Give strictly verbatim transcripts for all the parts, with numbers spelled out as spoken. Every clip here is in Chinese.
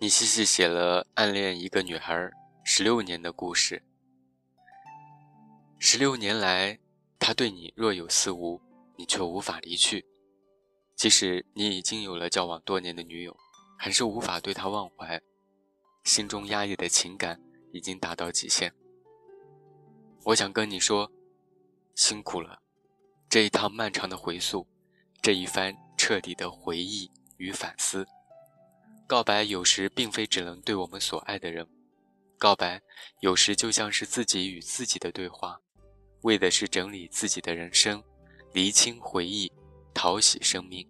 细细写了暗恋一个女孩十六年的故事。十六年来，她对你若有似无，你却无法离去。即使你已经有了交往多年的女友，还是无法对她忘怀，心中压抑的情感已经达到极限。我想跟你说，辛苦了，这一趟漫长的回溯，这一番彻底的回忆与反思。告白有时并非只能对我们所爱的人，告白有时就像是自己与自己的对话，为的是整理自己的人生，厘清回忆，讨喜生命。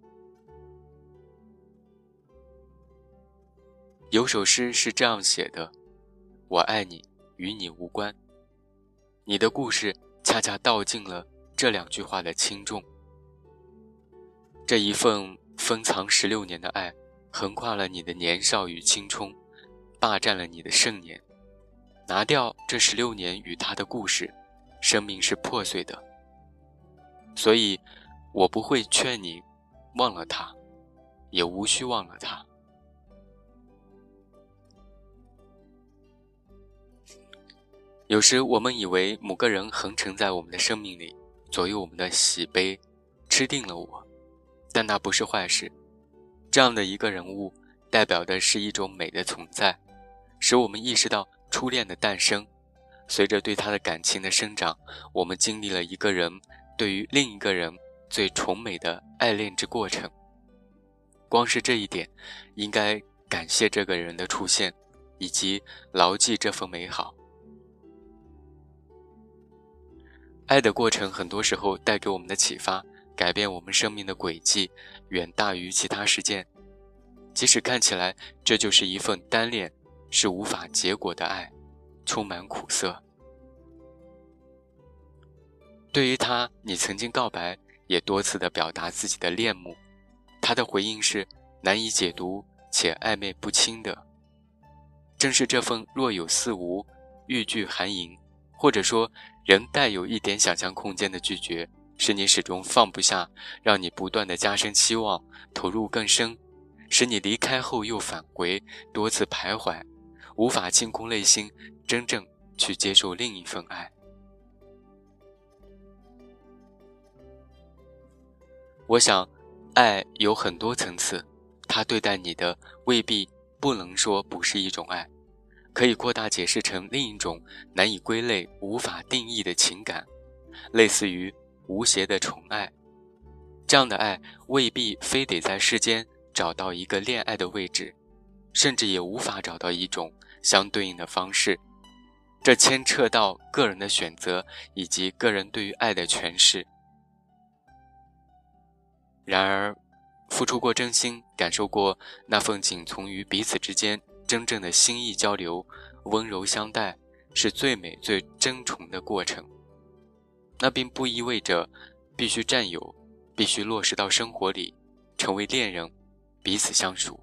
有首诗是这样写的：我爱你，与你无关。你的故事恰恰道尽了这两句话的轻重。这一份封藏十六年的爱，横跨了你的年少与青春，霸占了你的盛年。拿掉这十六年与他的故事，生命是破碎的。所以我不会劝你忘了他，也无需忘了他。有时我们以为某个人横陈在我们的生命里，左右我们的喜悲，吃定了我，但那不是坏事。这样的一个人物代表的是一种美的存在，使我们意识到初恋的诞生。随着对他的感情的生长，我们经历了一个人对于另一个人最崇美的爱恋之过程。光是这一点，应该感谢这个人的出现，以及牢记这份美好。爱的过程很多时候带给我们的启发，改变我们生命的轨迹，远大于其他事件。即使看起来这就是一份单恋，是无法结果的爱，充满苦涩。对于他，你曾经告白，也多次地表达自己的恋慕，他的回应是难以解读且暧昧不清的。正是这份若有似无、欲拒还迎，或者说仍带有一点想象空间的拒绝，使你始终放不下，让你不断地加深期望，投入更深，使你离开后又返回，多次徘徊，无法清空内心，真正去接受另一份爱。我想爱有很多层次，他对待你的未必不能说不是一种爱，可以扩大解释成另一种难以归类无法定义的情感，类似于无邪的宠爱。这样的爱未必非得在世间找到一个恋爱的位置，甚至也无法找到一种相对应的方式，这牵扯到个人的选择以及个人对于爱的诠释。然而付出过真心，感受过那份仅从于彼此之间真正的心意交流，温柔相待，是最美最真诚的过程。那并不意味着必须占有，必须落实到生活里，成为恋人，彼此相属。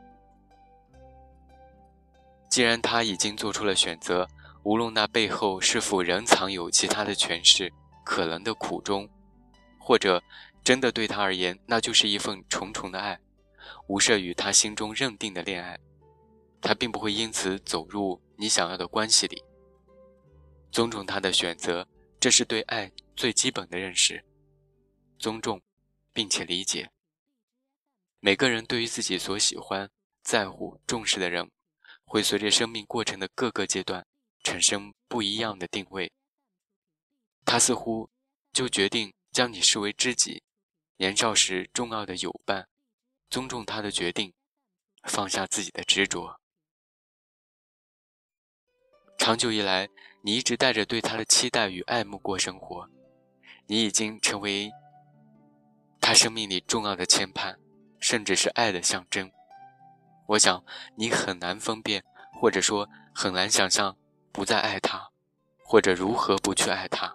既然他已经做出了选择，无论那背后是否仍藏有其他的诠释，可能的苦衷，或者真的对他而言，那就是一份重重的爱，无涉于他心中认定的恋爱。他并不会因此走入你想要的关系里。尊重他的选择，这是对爱最基本的认识。尊重并且理解。每个人对于自己所喜欢、在乎、重视的人，会随着生命过程的各个阶段产生不一样的定位。他似乎就决定将你视为知己，年少时重要的友伴，尊重他的决定，放下自己的执着。长久以来，你一直带着对他的期待与爱慕过生活，你已经成为他生命里重要的牵绊，甚至是爱的象征。我想你很难分辨，或者说很难想象不再爱他，或者如何不去爱他。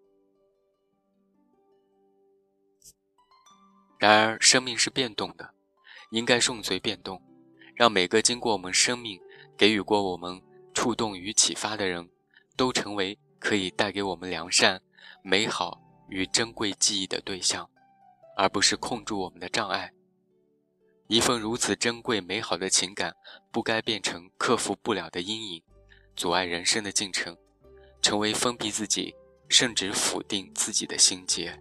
然而生命是变动的，应该顺随变动，让每个经过我们生命给予过我们触动与启发的人，都成为可以带给我们良善、美好与珍贵记忆的对象，而不是控住我们的障碍。 一份如此珍贵美好的情感，不该变成克服不了的阴影，阻碍人生的进程，成为封闭自己甚至否定自己的心结。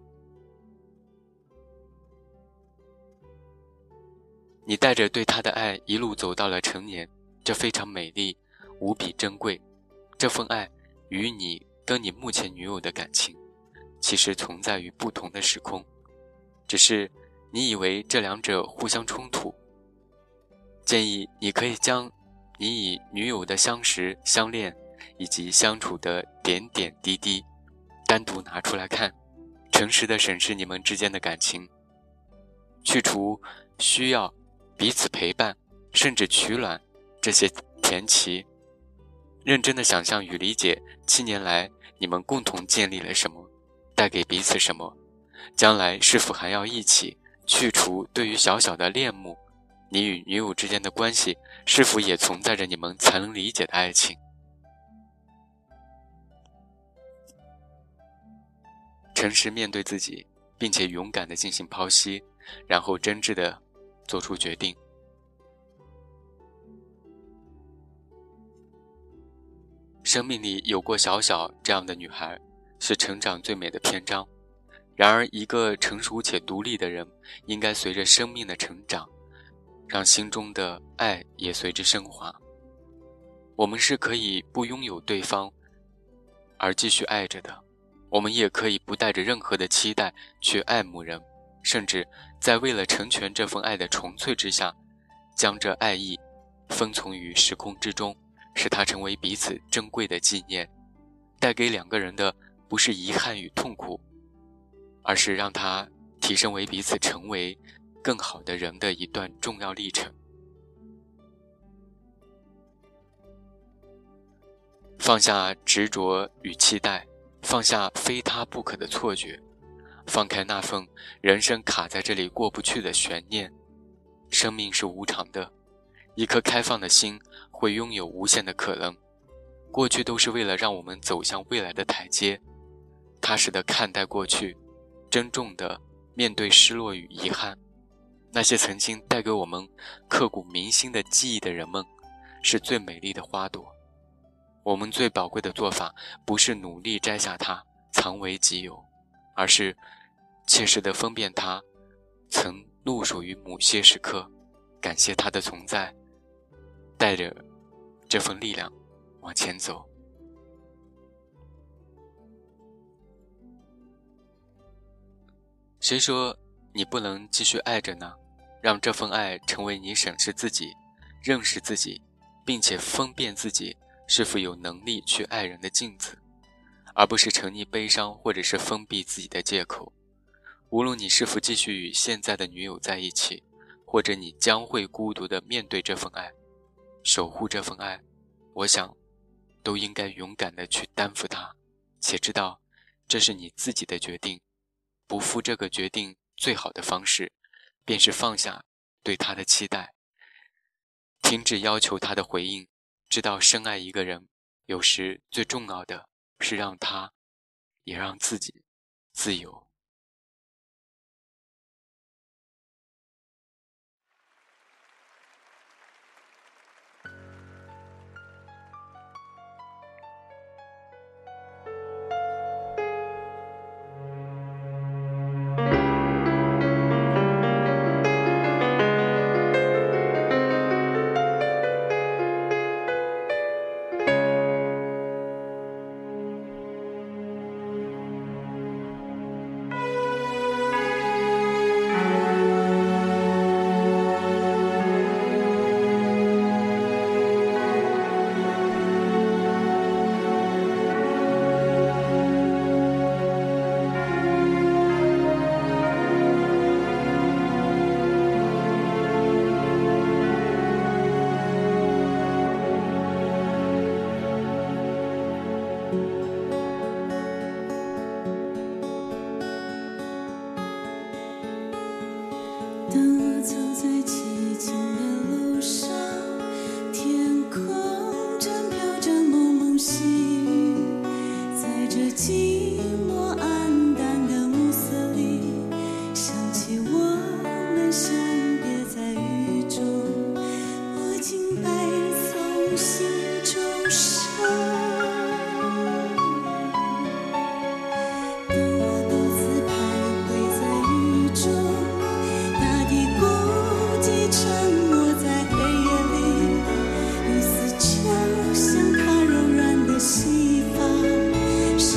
你带着对他的爱一路走到了成年，这非常美丽，无比珍贵。这份爱与你跟你目前女友的感情其实存在于不同的时空，只是你以为这两者互相冲突。建议你可以将你与女友的相识、相恋以及相处的点点滴滴单独拿出来看，诚实地审视你们之间的感情，去除需要彼此陪伴甚至取暖这些前期，认真地想象与理解七年来你们共同建立了什么，带给彼此什么，将来是否还要一起，去除对于小小的恋慕，你与女友之间的关系是否也存在着你们才能理解的爱情。诚实面对自己，并且勇敢地进行剖析，然后真挚地做出决定。生命里有过小小这样的女孩，是成长最美的篇章。然而一个成熟且独立的人，应该随着生命的成长，让心中的爱也随之升华。我们是可以不拥有对方而继续爱着的，我们也可以不带着任何的期待去爱慕人，甚至在为了成全这份爱的纯粹之下，将这爱意封存于时空之中，使它成为彼此珍贵的纪念，带给两个人的不是遗憾与痛苦，而是让它提升为彼此成为更好的人的一段重要历程。放下执着与期待，放下非他不可的错觉，放开那份人生卡在这里过不去的悬念。生命是无常的，一颗开放的心会拥有无限的可能。过去都是为了让我们走向未来的台阶，踏实地看待过去，珍重地面对失落与遗憾。那些曾经带给我们刻骨铭心的记忆的人们，是最美丽的花朵。我们最宝贵的做法，不是努力摘下它藏为己有，而是切实地分辨它曾路属于某些时刻，感谢它的存在，带着这份力量往前走。谁说你不能继续爱着呢？让这份爱成为你审视自己、认识自己，并且分辨自己是否有能力去爱人的镜子，而不是沉溺悲伤或者是封闭自己的借口。无论你是否继续与现在的女友在一起，或者你将会孤独地面对这份爱，守护这份爱，我想都应该勇敢地去担负它，且知道这是你自己的决定。不负这个决定最好的方式，便是放下对他的期待，停止要求他的回应，知道深爱一个人，有时最重要的是让他也让自己自由。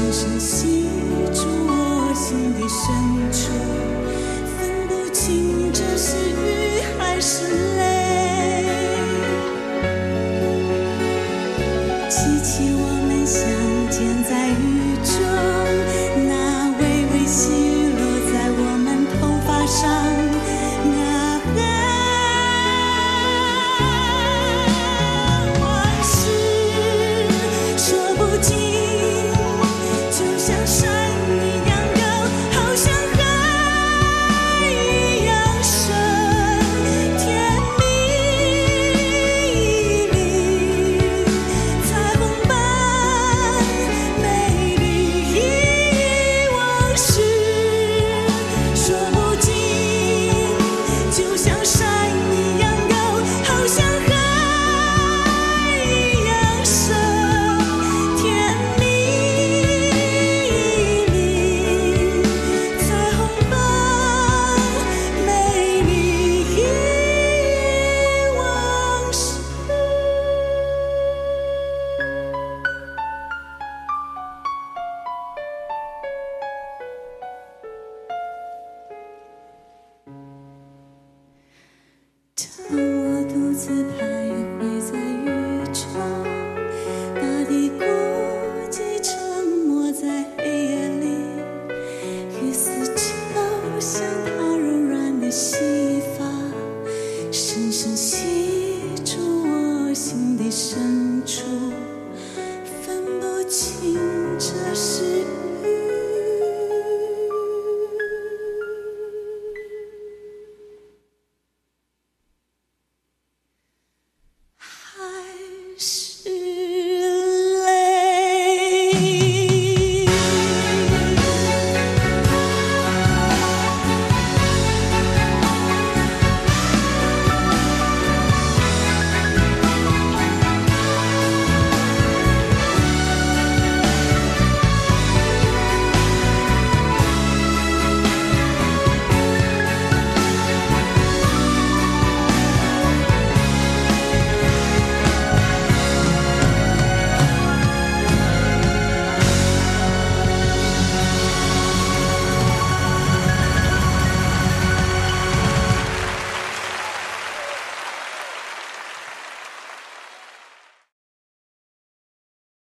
深吸住我心的深处，分不清这是雨还是